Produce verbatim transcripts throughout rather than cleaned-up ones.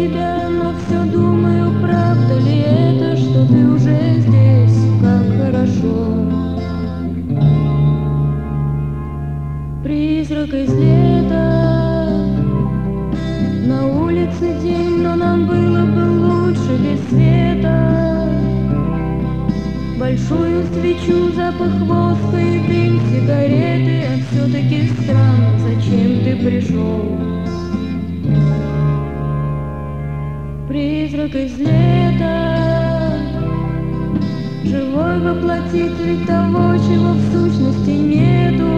тебя, но все думаю, правда ли это, что ты уже здесь, как хорошо. Призрак из лета, на улице день, но нам было бы лучше без света. Большую свечу, запах воска и дым сигареты, а все-таки странно, зачем ты пришел. Призрак из лета, живой воплотитель того, чего в сущности нету.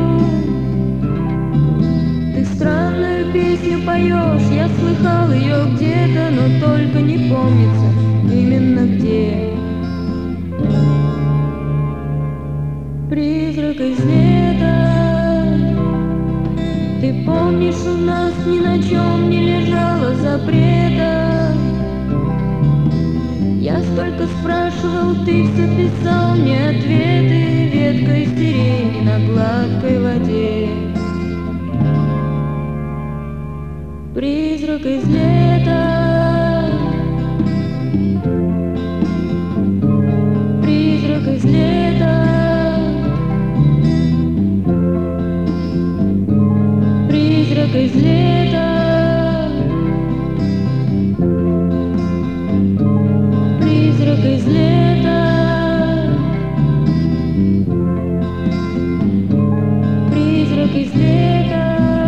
Ты странную песню поешь, я слыхал ее где-то, но только не помнится именно где. Призрак из лета, ты помнишь, у нас ни на чем не лежало запрета. Я столько спрашивал, ты все писал мне ответы, веткой сирени на гладкой воде. Призрак из лета, призрак из лета, призрак из лета, призрак из лета, призрак из лета.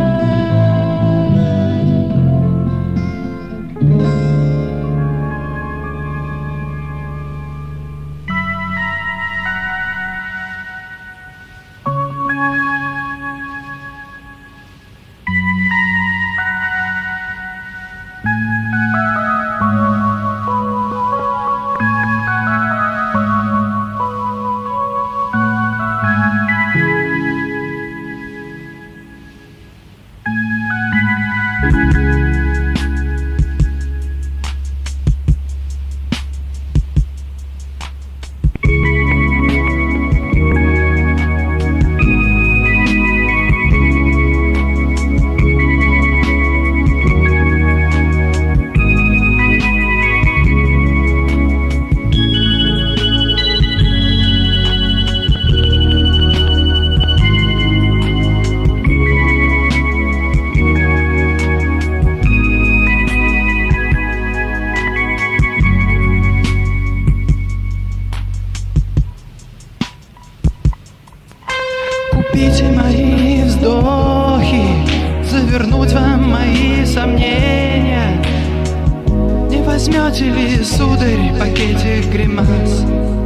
Купите мои вздохи, завернуть вам мои сомнения. Не возьмете ли, сударь, пакетик гримас?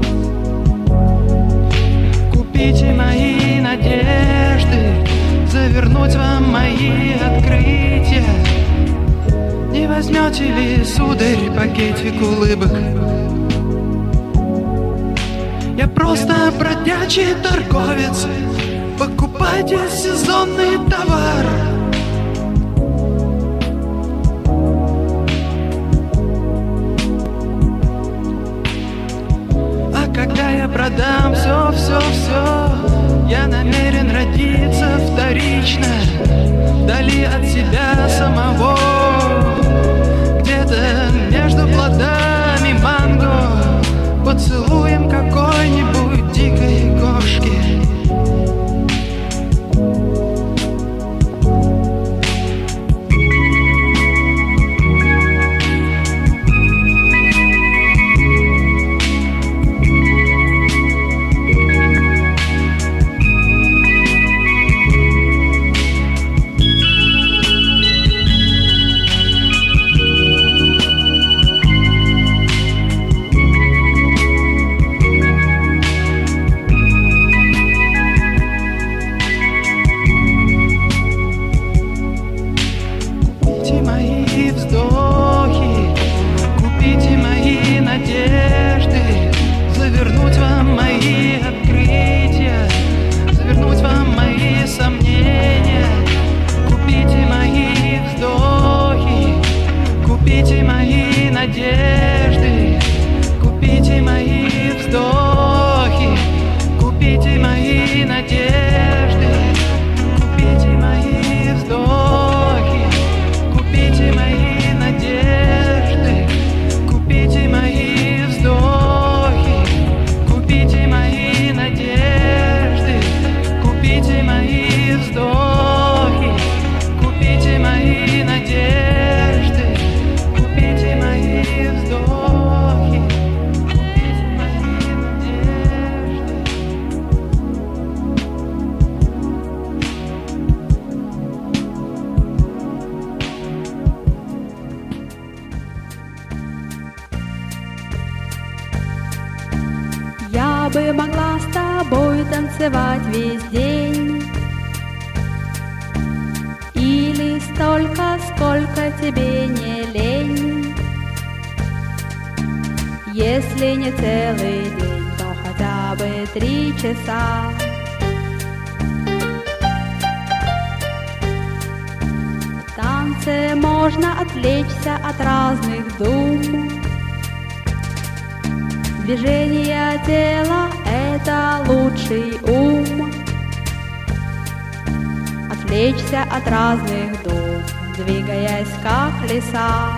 Купите мои надежды, завернуть вам мои открытия. Не возьмете ли, сударь, пакетик улыбок? Я просто бродячий торговец, покупайте сезонный товар. А когда я продам все, все, все, я намерен родиться вторично, вдали от себя самого, где-то между плодами манго, поцелуем какой-нибудь дикой кошки. Надежды, купите мои вздохи, купите мои надежды, купите мои вздохи, купите мои надежды. Я бы могла с тобой танцевать весь день, или столько, сколько тебе не лень. Если не целый день, то хотя бы три часа. В танце можно отвлечься от разных дум. Движение тела — это лучший ум. Отвлечься от разных дум, двигаясь как лиса.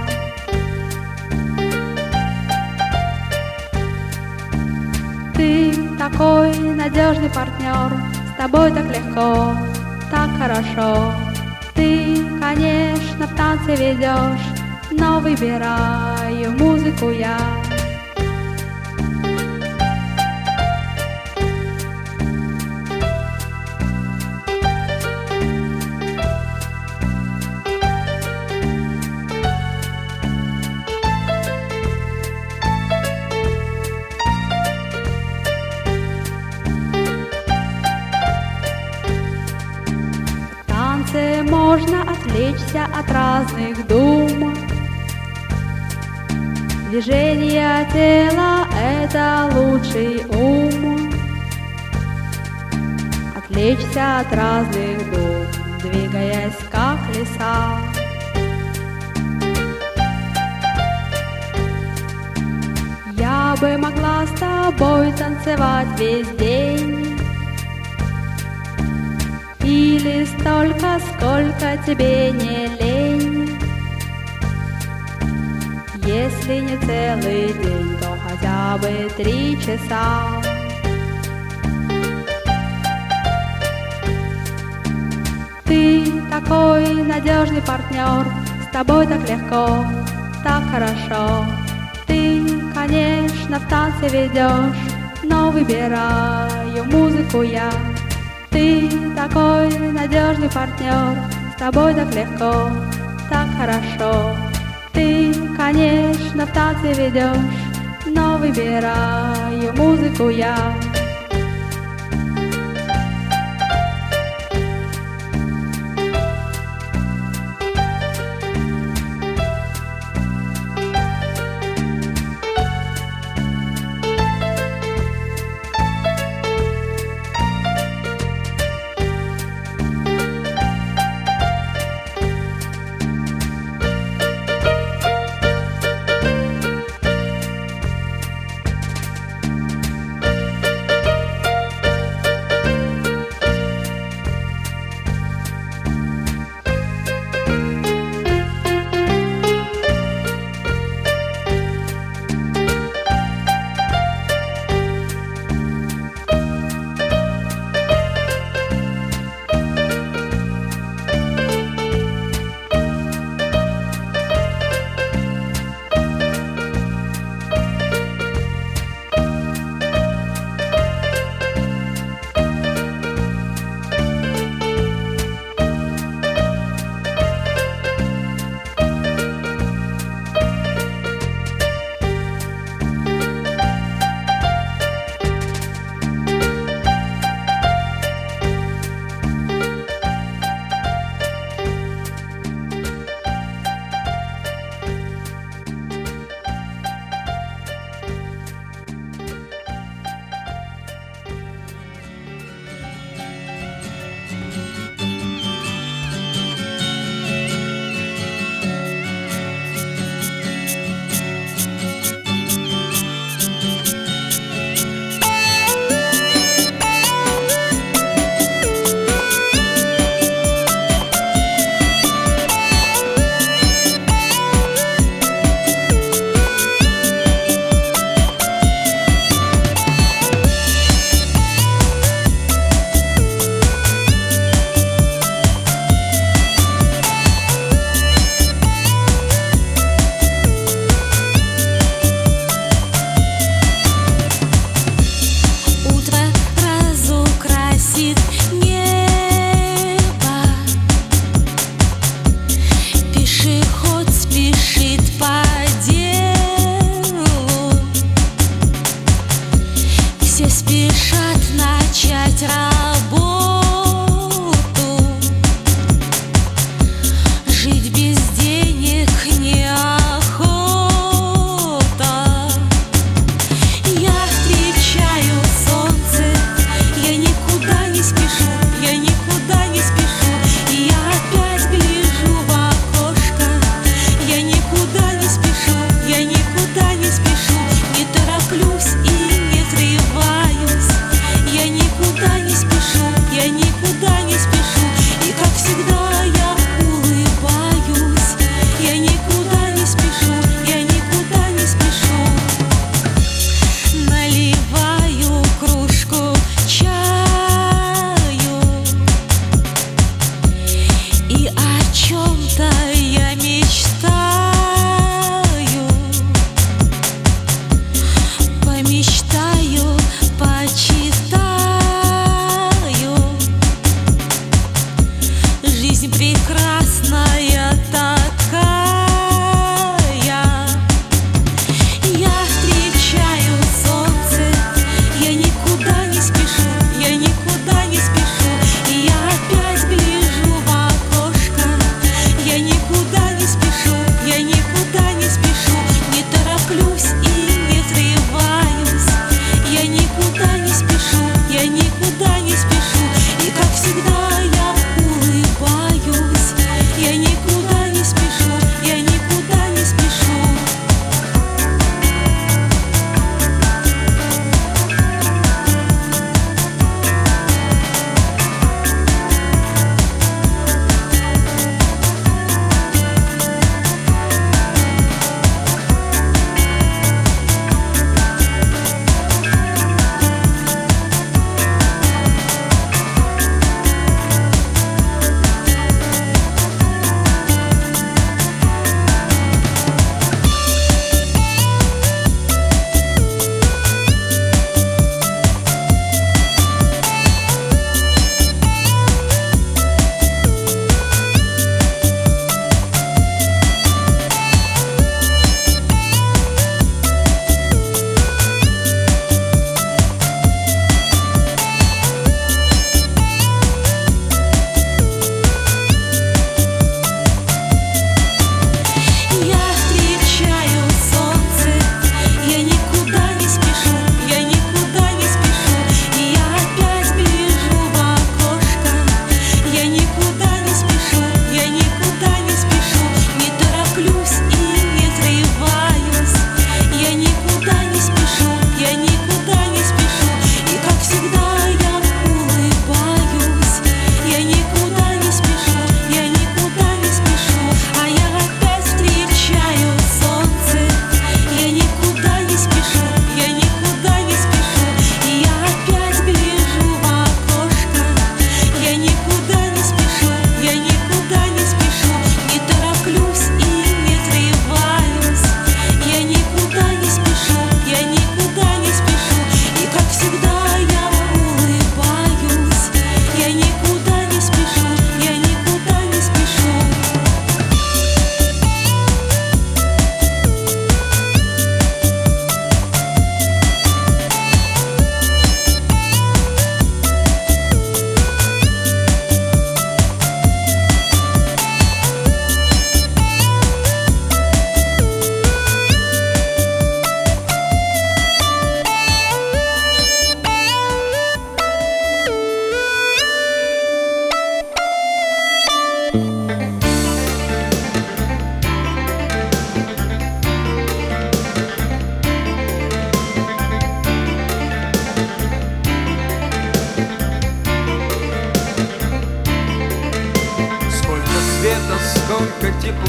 Ты такой надежный партнер, с тобой так легко, так хорошо. Ты, конечно, в танце ведешь, но выбираю музыку я. Можно отвлечься от разных дум. Движение тела — это лучший ум. Отвлечься от разных дум, двигаясь как лиса. Я бы могла с тобой танцевать весь день, или столько, сколько тебе не лень. Если не целый день, то хотя бы три часа. Ты такой надежный партнер, с тобой так легко, так хорошо. Ты, конечно, в танце ведешь, но выбираю музыку я. Ты такой надежный партнер, с тобой так легко, так хорошо. Ты, конечно, в танце ведешь, но выбираю музыку я.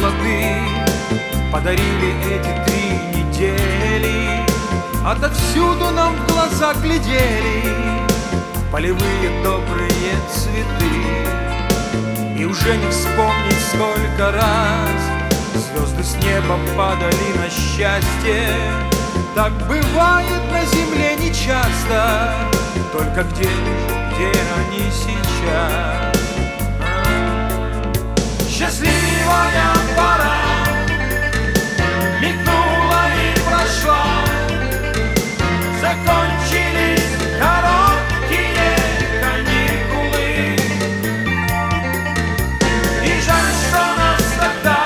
красоты подарили эти три недели. Отовсюду нам в глаза глядели полевые добрые цветы. И уже не вспомнить, сколько раз звезды с неба падали на счастье. Так бывает на земле нечасто, только где, где они сейчас? Счастливая пора мигнула и прошла, закончились короткие каникулы. И жаль, что нас тогда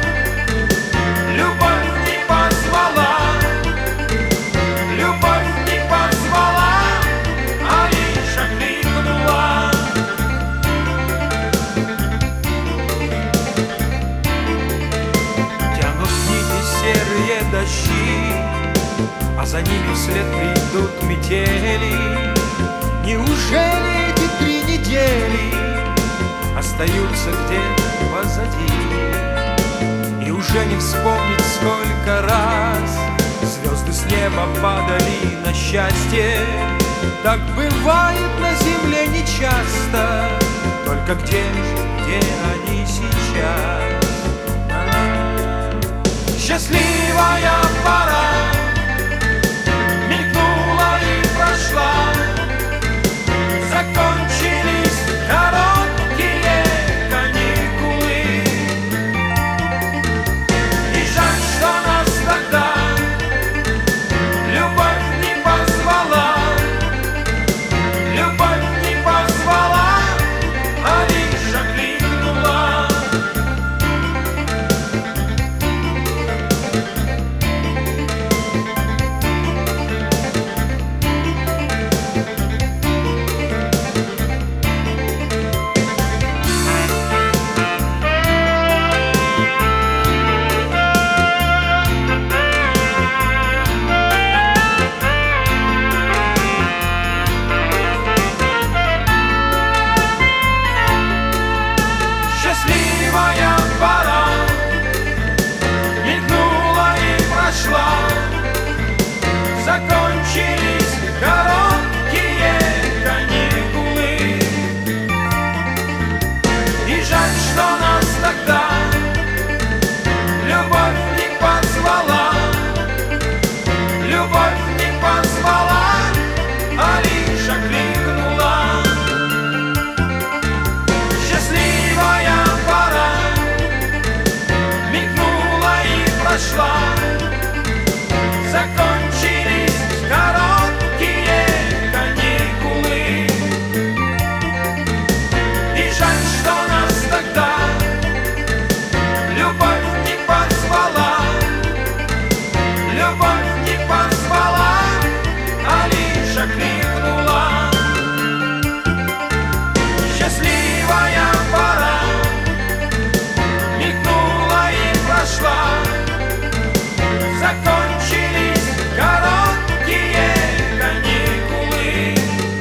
любовь не позвала, любовь не позвала, а лишь окликнула. Тянут нити серые дожди, а за ними вслед придут метели. Неужели эти три недели остаются где-то позади? И уже не вспомнить, сколько раз звезды с неба падали на счастье. Так бывает на земле нечасто, только где, где они сейчас? Счастливая пора мигнула и прошла, закончились короткие каникулы. И жаль, что нас тогда любовь не позвала, любовь не позвала, а лишь окликнула. Счастливая пора мигнула и прошла, закончились короткие каникулы. И жаль, что нас тогда любовь не позвала, любовь не позвала, а лишь окликнула. Счастливая пора мигнула и прошла, закончились короткие каникулы. И жаль, что нас тогда любовь не позвала, любовь не позвала, а лишь окликнула. Счастливая пора мигнула и прошла, закончились короткие каникулы.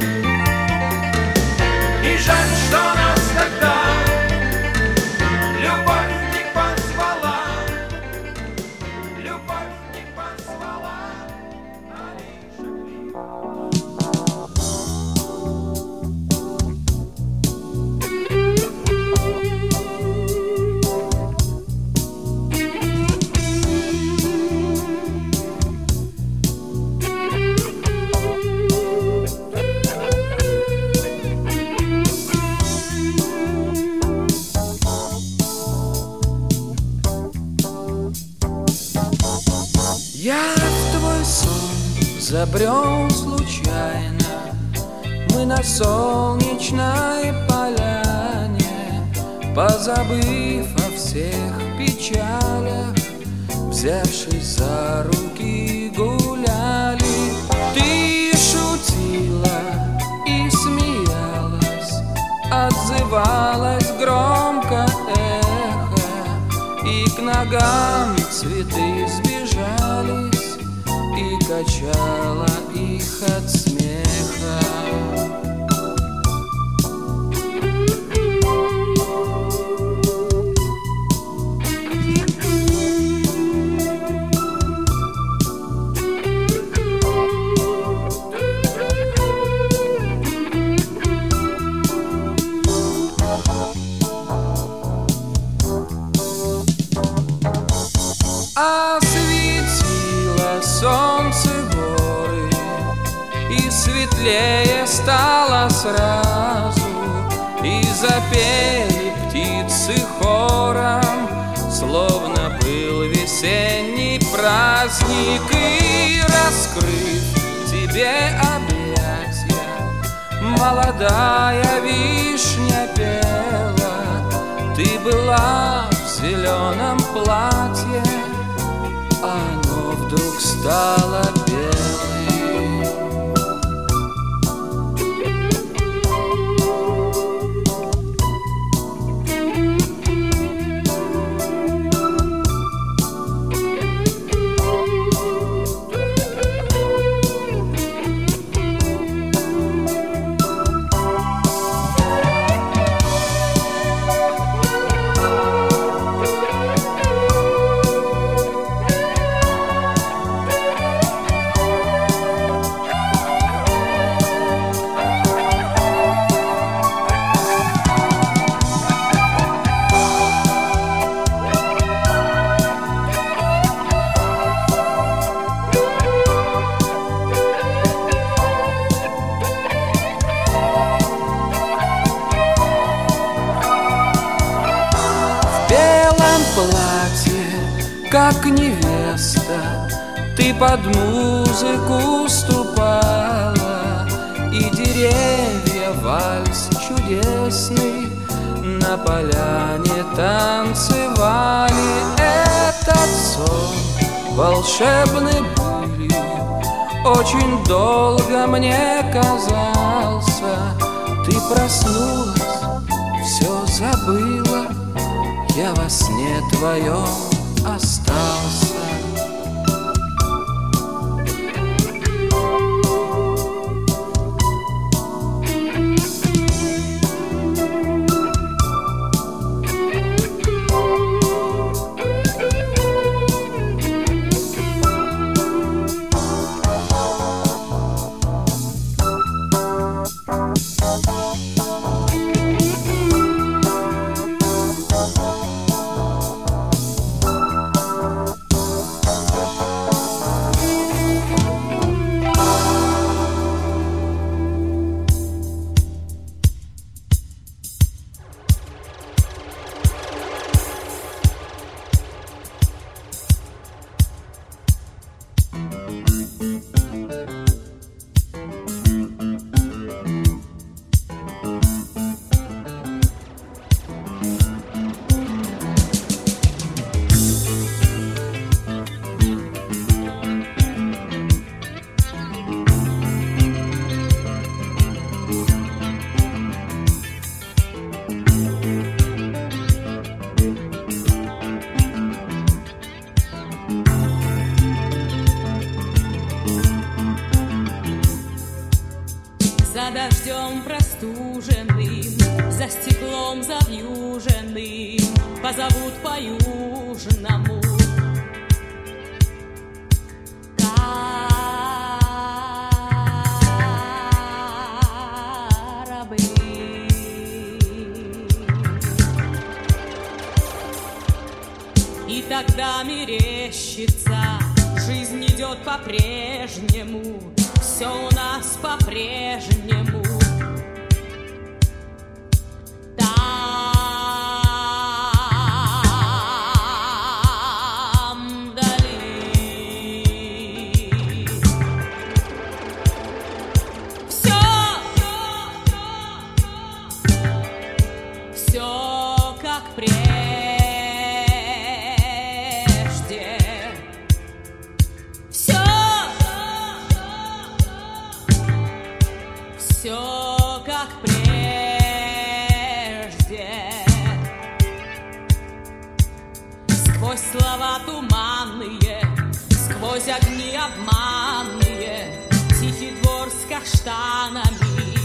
И жаль, что нас тогда любовь не позвала, любовь не позвала, а лишь окликнула. Я в твой сон забрел случайно, мы на солнечной поляне, позабыв о всех печалях, взявшись за руки гуляли. Ты шутила и смеялась, отзывалась громко эхо, и к ногам цветы сбежались, и качала их от смеха. светлее стало сразу, и запели птицы хором, словно был весенний праздник. И раскрыв тебе объятия, молодая вишня пела. Ты была в зеленом платье, оно вдруг стало белым. Как невеста, ты под музыку ступала, и деревья вальс чудесный на поляне танцевали. Этот сон волшебный былью очень долго мне казался. Ты проснулась, все забыла, я во сне твоем остался. За дождем простуженным, за стеклом завьюженным позовут по-южному. Корабли. И тогда мерещится, жизнь идет по-прежнему, все у нас по-прежнему. Там вдали все, все как прежде. Все Все как прежде. Сквозь слова туманные, сквозь огни обманные, тихий двор с каштанами.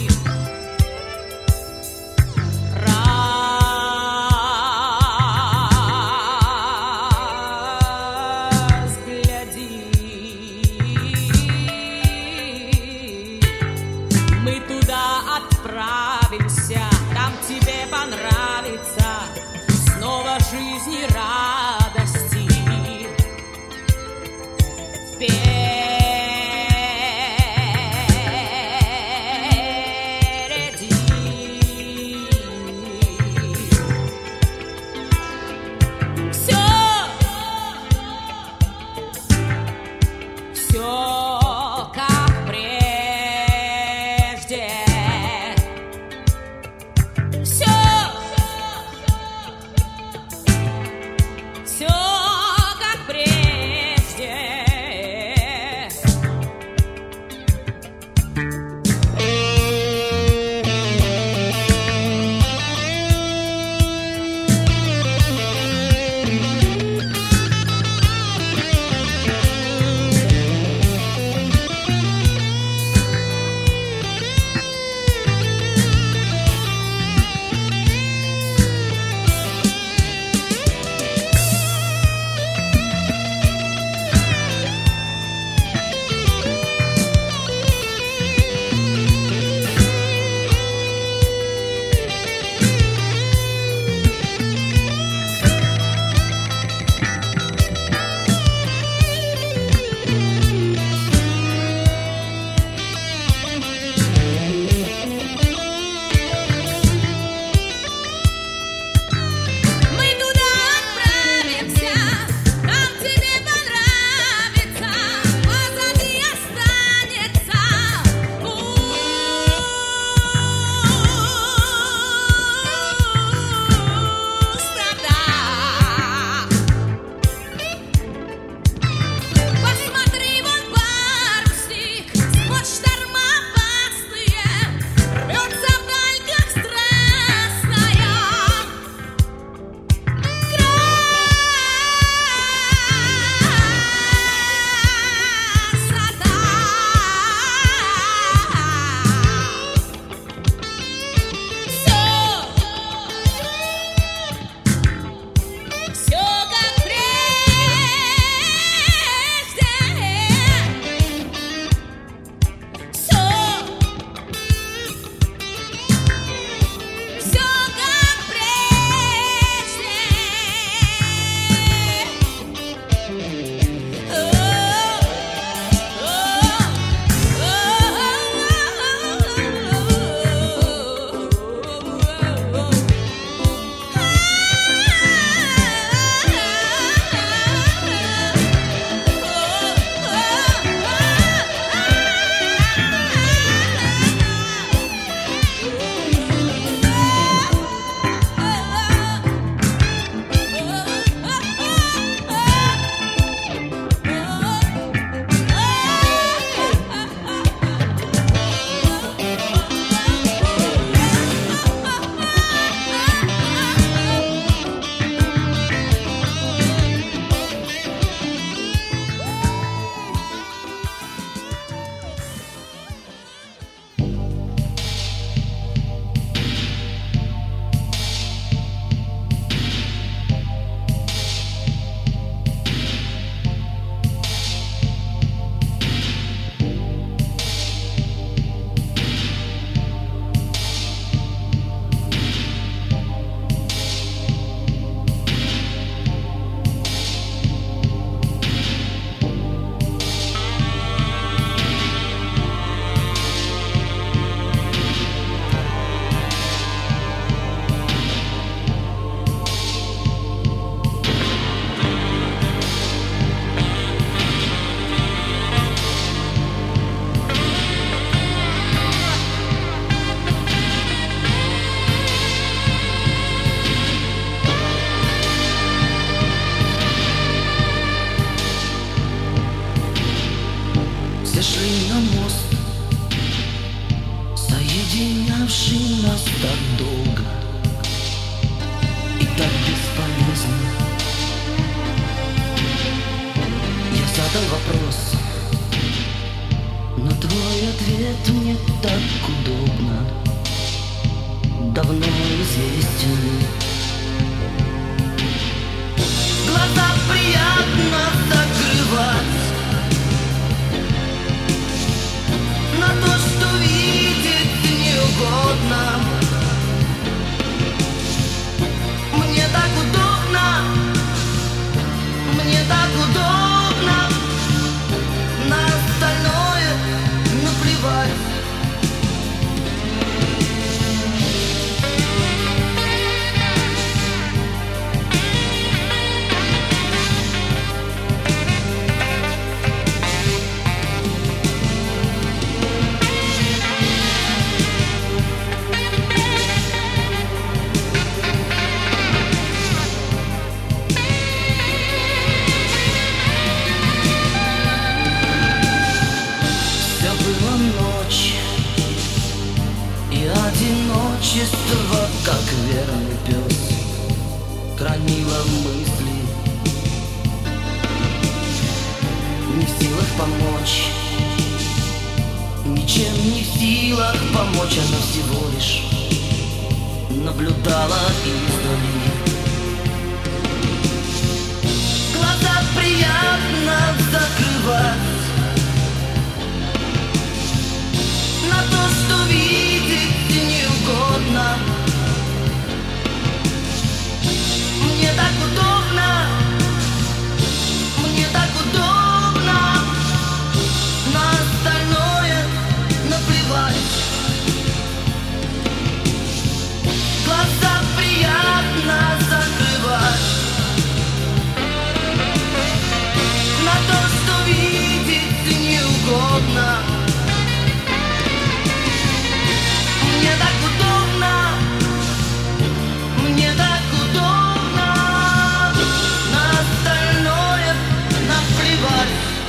Мы туда отправимся, там тебе понравится снова жизнь и радости. Вперед. все шли на мост, соединявший нас так долго и так бесполезно. Я задал вопрос, но твой ответ мне так удобно, давно известен. Глаза приятно закрывать на то, что видеть не угодно. Мне так удобно, мне так удобно, на остальное наплевать. Одиночество, как верный пес, хранило мысли, не в силах помочь, ничем не в силах помочь. Она всего лишь наблюдала издали. Глаза приятно закрывать на то, что видеть не угодно. Мне так удобно, мне так удобно, на остальное наплевать. Глаза приятно закрывать на то, что видеть не угодно. Мне так удобно, мне так удобно, на остальное наплевать.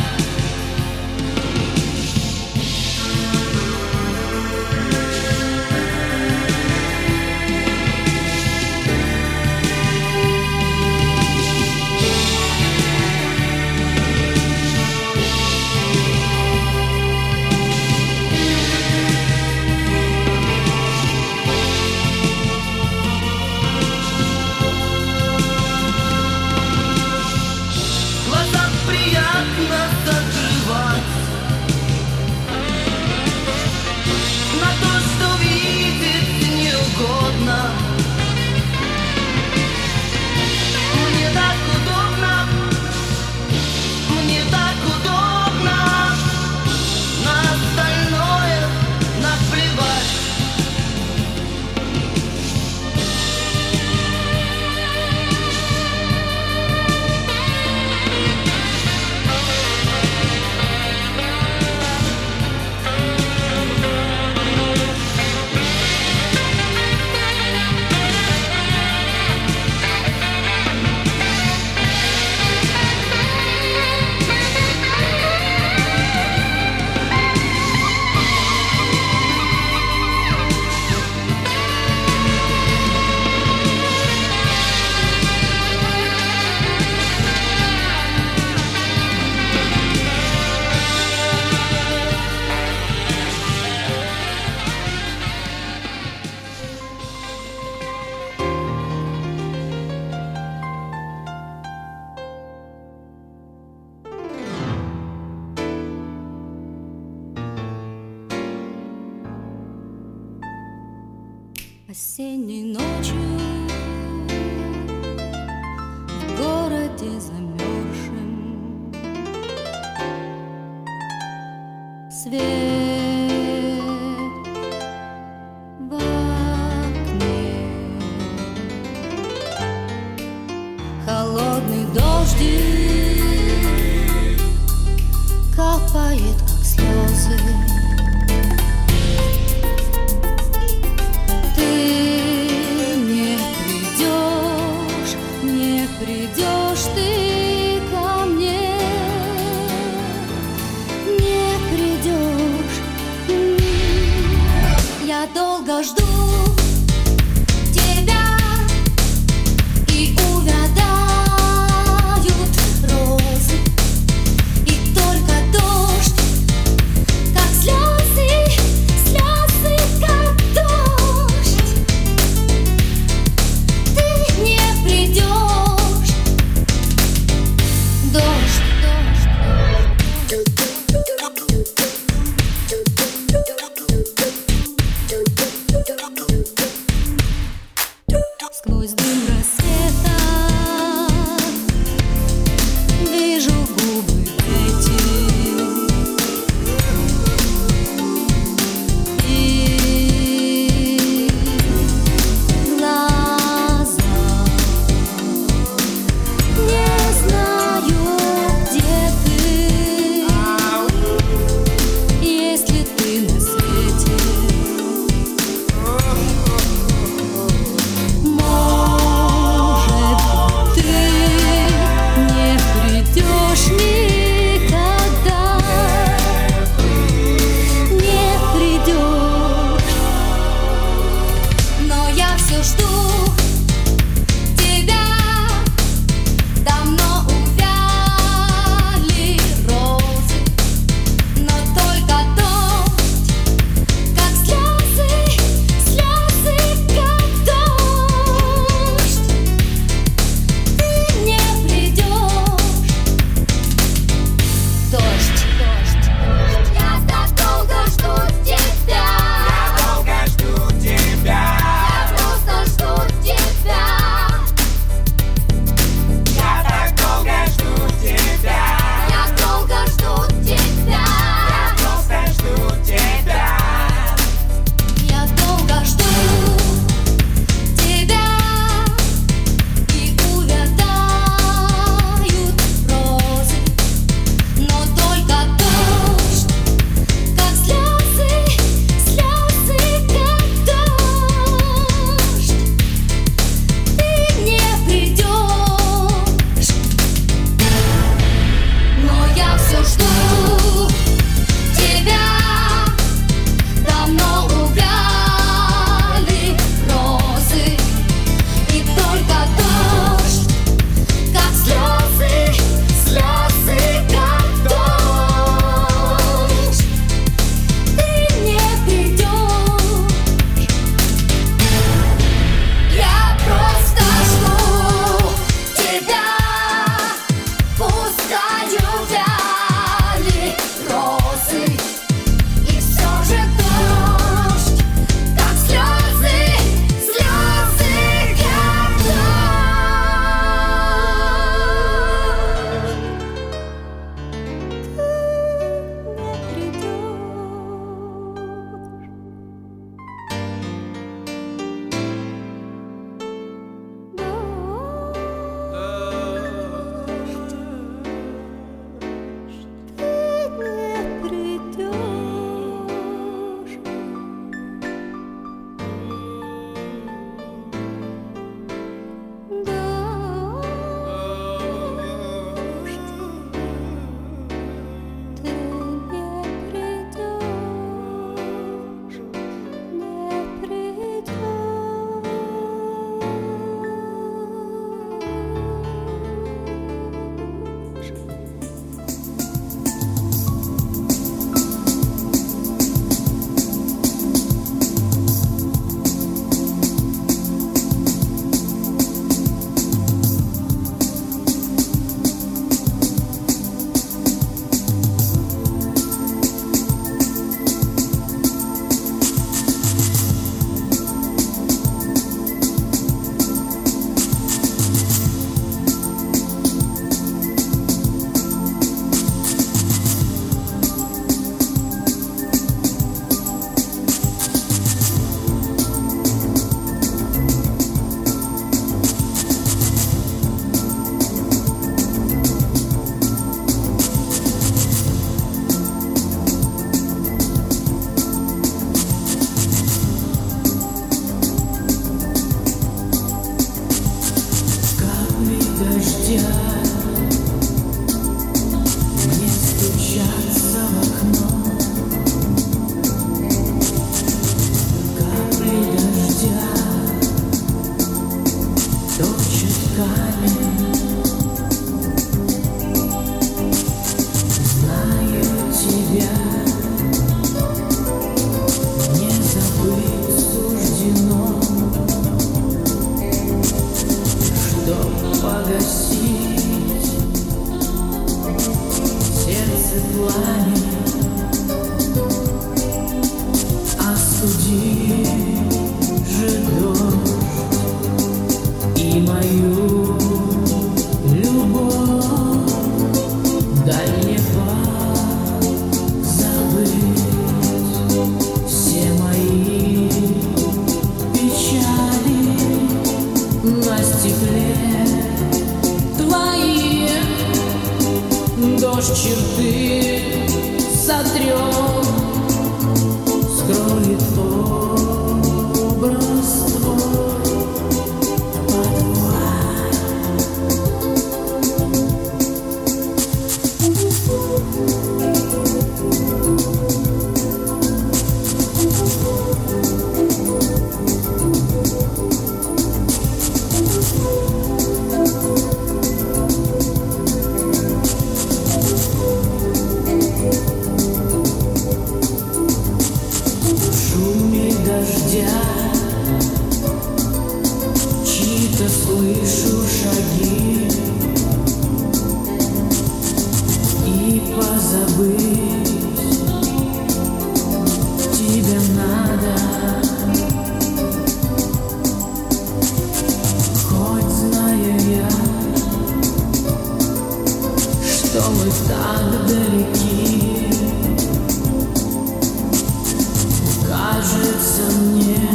Осенней ночью в городе замерзшем свет в окне, холодный дождик капает, как слезы. Придешь ты ко мне, не придешь. придешь. Я долго жду тебя, и увядают розы, и только дождь, как слезы, слезы, как дождь. Ты не придешь, дождь, дождь, дождь. сердце пламя, остуди же дождь и мою любовь, дай мне позабыть все мои печали на стекле твои. Дождь черты сотрет, скроет образ твой подваль. Чьи-то слышу шаги и позабыть тебе надо, хоть знаю я, что мы так далеки. Кажется мне,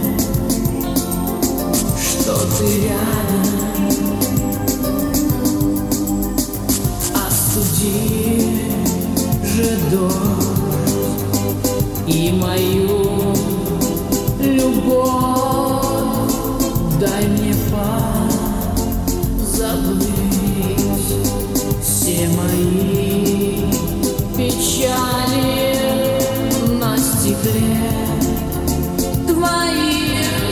что ты рядом, остуди же дождь и мою любовь, дай мне позабыть все мои печали на стекле твои.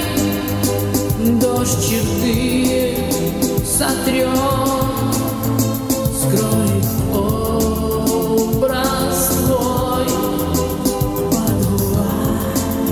Дождь черты сотрет, скроет образ твой подваль.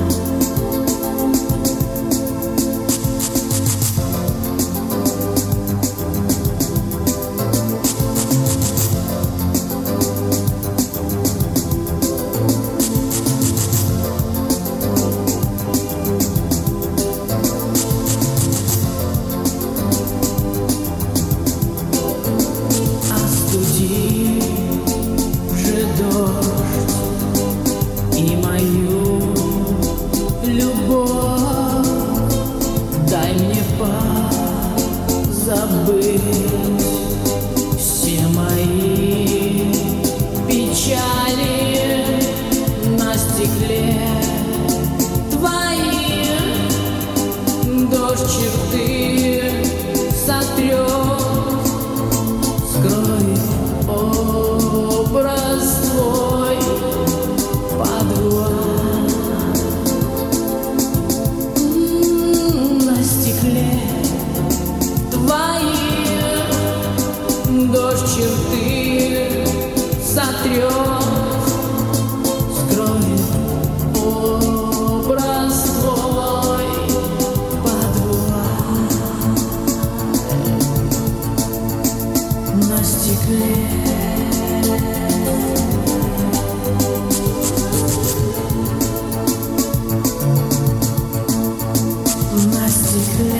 Забыть все мои печали на стекле твои. Дождь черты сотрет, скроет образ твой подваль. На стекле твои дождь черты сотрет, скроет образ твой подваль. На стекле на стекле.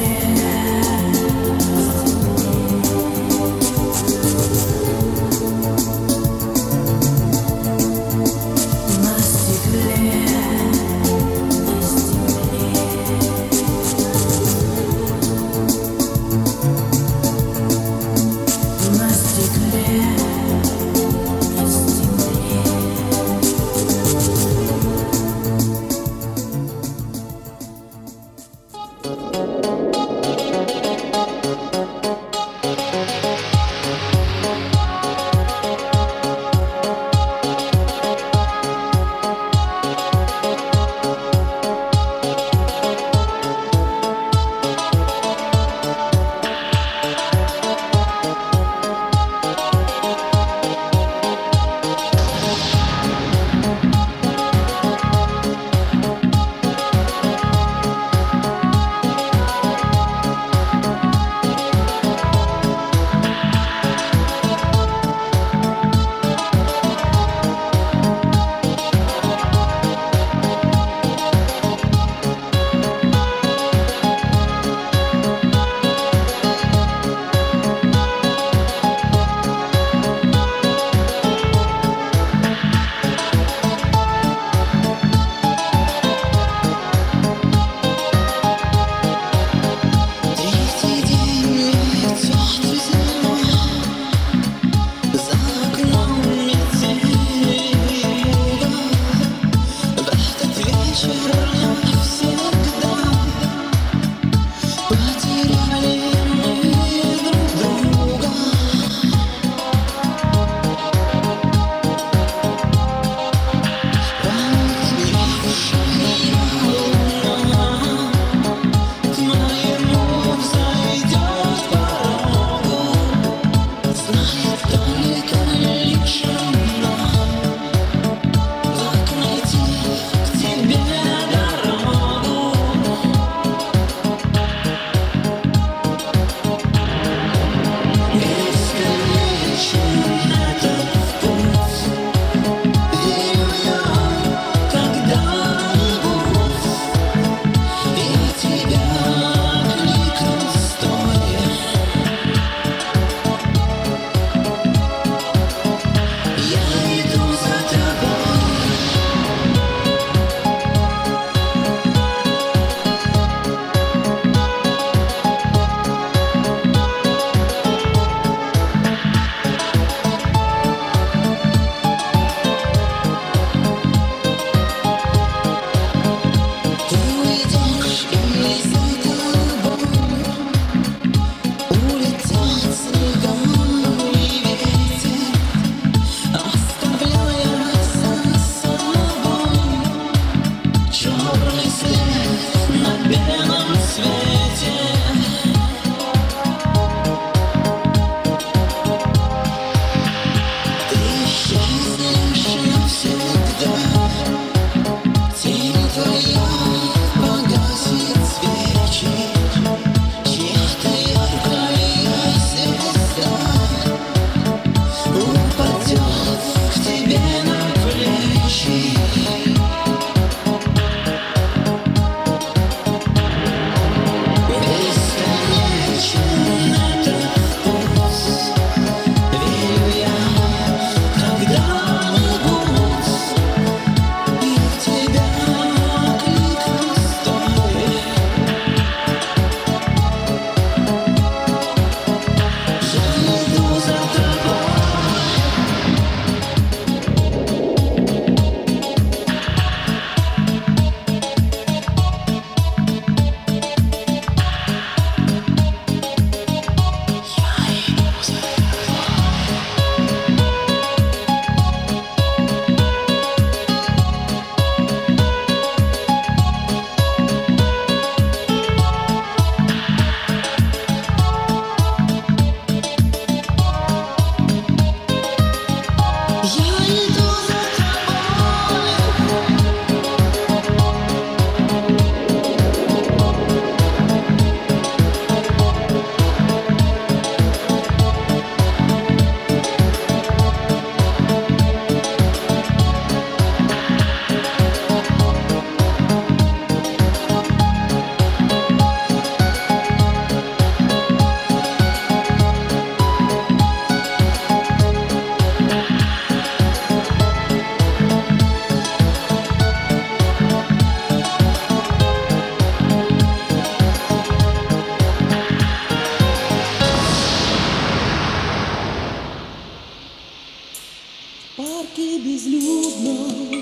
парке безлюдно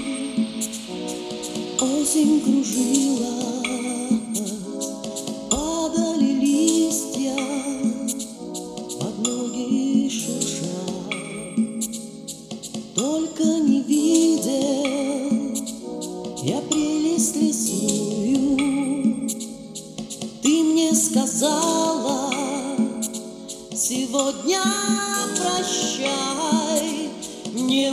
осень кружила, падали листья, под ноги шурша. Только не видел я прелесть лесную. Ты мне сказала: сегодня прощай, не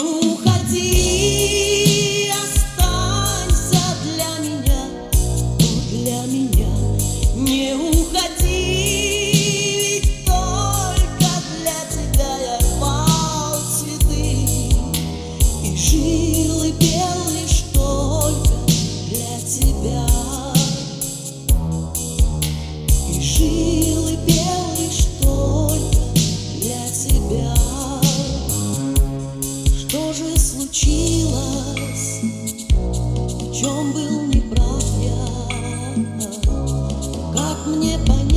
уходи, останься для меня, о, для меня. Не уходи, ведь только для тебя я рвал цветы и жил и пел лишь только для тебя. И жил и пел лишь только для тебя. Что же случилось? В чем был неправ я? Как мне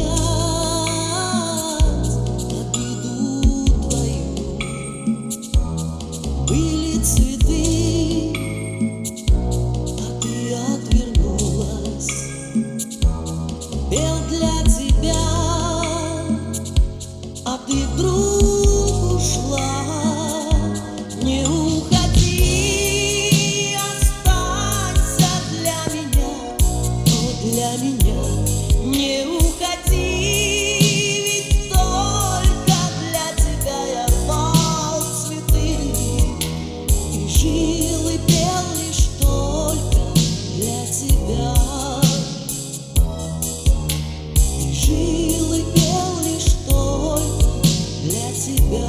понять обиду твою? Были цветы, а ты отвернулась. Пел для тебя, а ты вдруг ушла. Не уходи, останься для меня, о, для меня. Не уходи, ведь только для тебя я рвал цветы и жил и пел лишь только для тебя. И жил и пел лишь только для тебя.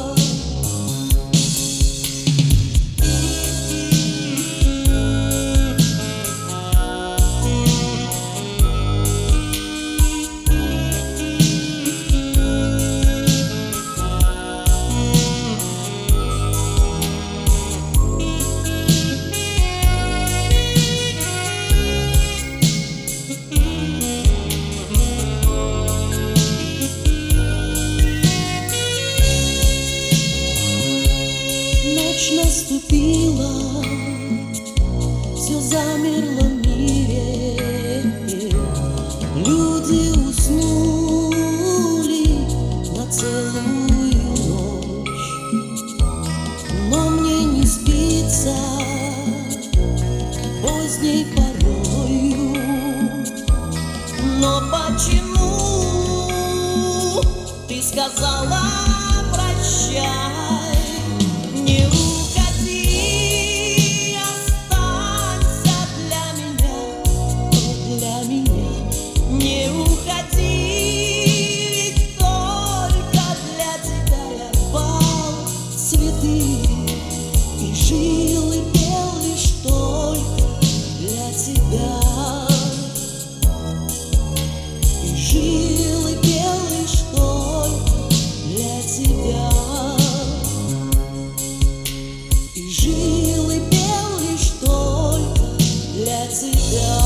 Ночь наступила, все замерло в мире, люди уснули на целую ночь, но мне не спится поздней порою. Но почему ты сказала прощай? Не уходи, останься для меня, о, для меня. Не уходи, ведь только для тебя я рвал цветы и жил и пел лишь только для тебя. И жил и пел лишь только для тебя. И жил и пел лишь только для тебя.